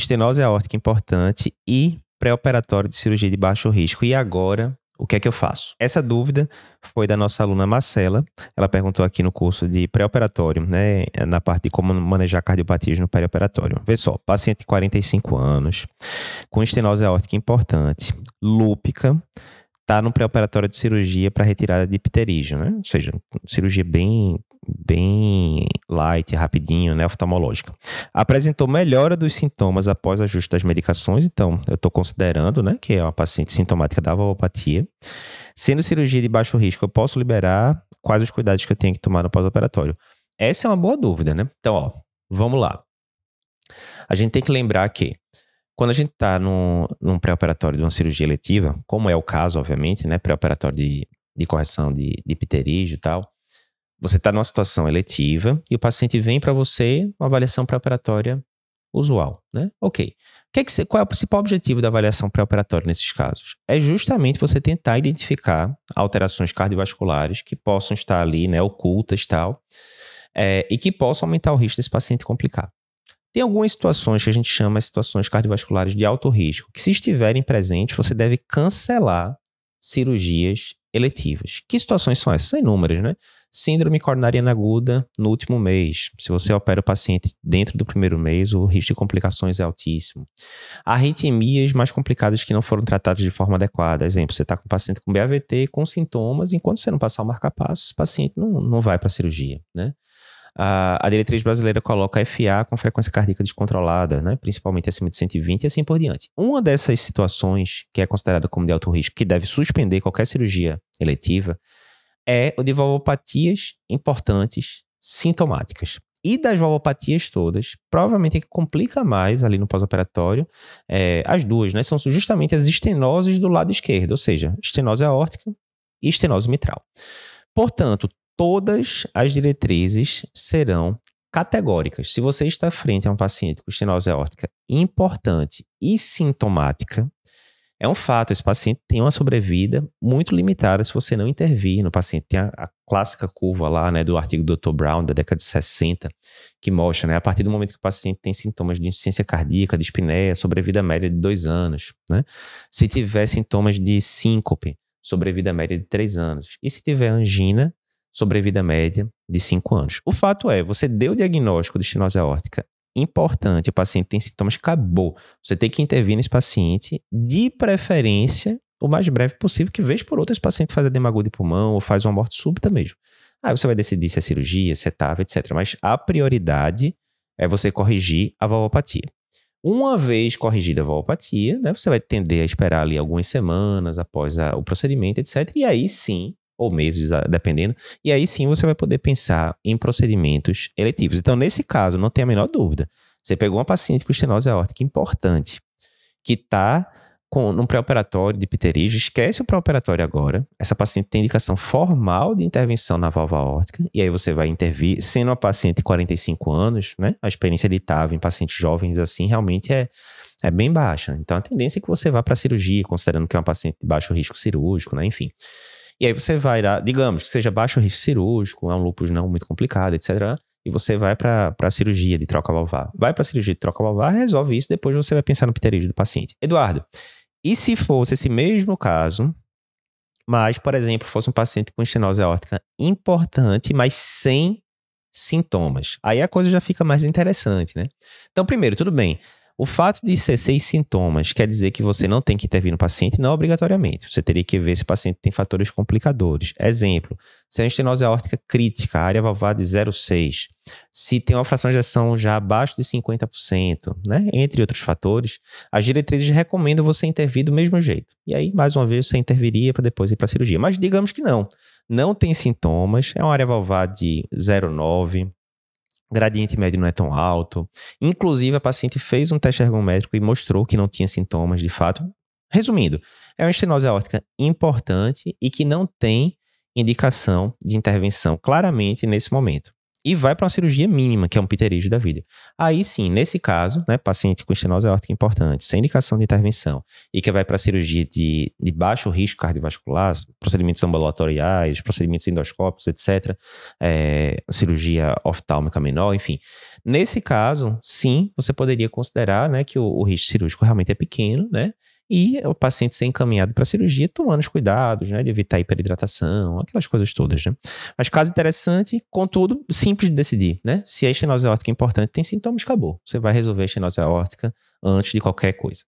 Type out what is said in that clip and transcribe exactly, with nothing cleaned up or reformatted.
estenose aórtica importante e pré-operatório de cirurgia de baixo risco. E agora, o que é que eu faço? Essa dúvida foi da nossa aluna Marcela. Ela perguntou aqui no curso de pré-operatório, né, na parte de como manejar cardiopatias no pré-operatório. Vê só, paciente de quarenta e cinco anos, com estenose aórtica importante, lúpica, está no pré-operatório de cirurgia para retirada de pterígio, né? Ou seja, cirurgia bem, bem light, rapidinho, né? Oftalmológica. Apresentou melhora dos sintomas após ajuste das medicações, então eu estou considerando, né, que é uma paciente sintomática da valvopatia. Sendo cirurgia de baixo risco, eu posso liberar? Quais os cuidados que eu tenho que tomar no pós-operatório? Essa é uma boa dúvida, né? Então, ó, vamos lá. A gente tem que lembrar que quando a gente está num, num pré-operatório de uma cirurgia eletiva, como é o caso, obviamente, né, pré-operatório de, de correção de, de pterígio e tal, você está numa situação eletiva e o paciente vem para você uma avaliação pré-operatória usual, né? Ok. Que é que você, qual é o principal objetivo da avaliação pré-operatória nesses casos? É justamente você tentar identificar alterações cardiovasculares que possam estar ali, né, ocultas e tal, é, e que possam aumentar o risco desse paciente complicar. Tem algumas situações que a gente chama de situações cardiovasculares de alto risco, que se estiverem presentes, você deve cancelar cirurgias eletivas. Que situações são essas? São inúmeras, né? Síndrome coronariana aguda no último mês. Se você opera o paciente dentro do primeiro mês, o risco de complicações é altíssimo. Arritmias mais complicadas que não foram tratadas de forma adequada. Exemplo, você está com um paciente com B A V T, com sintomas, enquanto você não passar o marca-passo, esse paciente não, não vai para a cirurgia, né? A, a diretriz brasileira coloca F A com frequência cardíaca descontrolada, né? Principalmente acima de cento e vinte e assim por diante. Uma dessas situações, que é considerada como de alto risco, que deve suspender qualquer cirurgia eletiva, é o de valvopatias importantes sintomáticas. E das valvopatias todas, provavelmente o que complica mais ali no pós-operatório, é, as duas, né? São justamente as estenoses do lado esquerdo, ou seja, estenose aórtica e estenose mitral. Portanto, todas as diretrizes serão categóricas. Se você está frente a um paciente com estenose aórtica importante e sintomática, é um fato, esse paciente tem uma sobrevida muito limitada se você não intervir no paciente. Tem a, a clássica curva lá, né, do artigo do doutor Brown, da década de sessenta, que mostra, né, a partir do momento que o paciente tem sintomas de insuficiência cardíaca, de dispneia, sobrevida média de dois anos. Né? Se tiver sintomas de síncope, sobrevida média de três anos. E se tiver angina, sobrevida média de cinco anos. O fato é, você deu o diagnóstico de estenose aórtica importante, o paciente tem sintomas, acabou. Você tem que intervir nesse paciente, de preferência, o mais breve possível, que vez por outra esse paciente faz edema agudo de pulmão ou faz uma morte súbita mesmo. Aí você vai decidir se é cirurgia, se é T A V, etcétera. Mas a prioridade é você corrigir a valvopatia. Uma vez corrigida a valvopatia, né, você vai tender a esperar ali algumas semanas após a, o procedimento, etcétera. E aí sim, ou meses, dependendo, e aí sim você vai poder pensar em procedimentos eletivos. Então, nesse caso, não tem a menor dúvida. Você pegou uma paciente com estenose aórtica importante, que está num pré-operatório de pterígio, esquece o pré-operatório agora, essa paciente tem indicação formal de intervenção na válvula aórtica, e aí você vai intervir, sendo uma paciente de quarenta e cinco anos, né? A experiência de T A V em pacientes jovens assim, realmente é, é bem baixa. Então, a tendência é que você vá para a cirurgia, considerando que é uma paciente de baixo risco cirúrgico, né? Enfim. E aí você vai, digamos que seja baixo risco cirúrgico, é um lúpus não muito complicado, etcétera. E você vai para a cirurgia de troca valvar. Vai para a cirurgia de troca valvar, resolve isso, depois você vai pensar no pterígio do paciente. Eduardo, e se fosse esse mesmo caso, mas, por exemplo, fosse um paciente com estenose aórtica importante, mas sem sintomas? Aí a coisa já fica mais interessante, né? Então, primeiro, tudo bem. O fato de ser seis sintomas quer dizer que você não tem que intervir no paciente? Não obrigatoriamente. Você teria que ver se o paciente tem fatores complicadores. Exemplo, se é uma estenose aórtica crítica, a área valvar de zero vírgula seis, se tem uma fração de ejeção já abaixo de cinquenta por cento, né? Entre outros fatores, as diretrizes recomendam você intervir do mesmo jeito. E aí, mais uma vez, você interviria para depois ir para a cirurgia. Mas digamos que não. Não tem sintomas, é uma área valvar de zero vírgula nove, gradiente médio não é tão alto. Inclusive, a paciente fez um teste ergométrico e mostrou que não tinha sintomas de fato. Resumindo, é uma estenose aórtica importante e que não tem indicação de intervenção claramente nesse momento. e vai para uma cirurgia mínima, que é um pterígio da vida. Aí sim, nesse caso, né, paciente com estenose aórtica importante, sem indicação de intervenção, e que vai para cirurgia de, de baixo risco cardiovascular, procedimentos ambulatoriais, procedimentos endoscópicos, etcétera, é, cirurgia oftálmica menor, enfim. Nesse caso, sim, você poderia considerar, né, que o, o risco cirúrgico realmente é pequeno, né, e o paciente ser encaminhado para a cirurgia tomando os cuidados, né, de evitar hiperidratação, aquelas coisas todas, né. Mas caso interessante, contudo, simples de decidir, né. Se a estenose aórtica é importante, tem sintomas, acabou. Você vai resolver a estenose aórtica antes de qualquer coisa.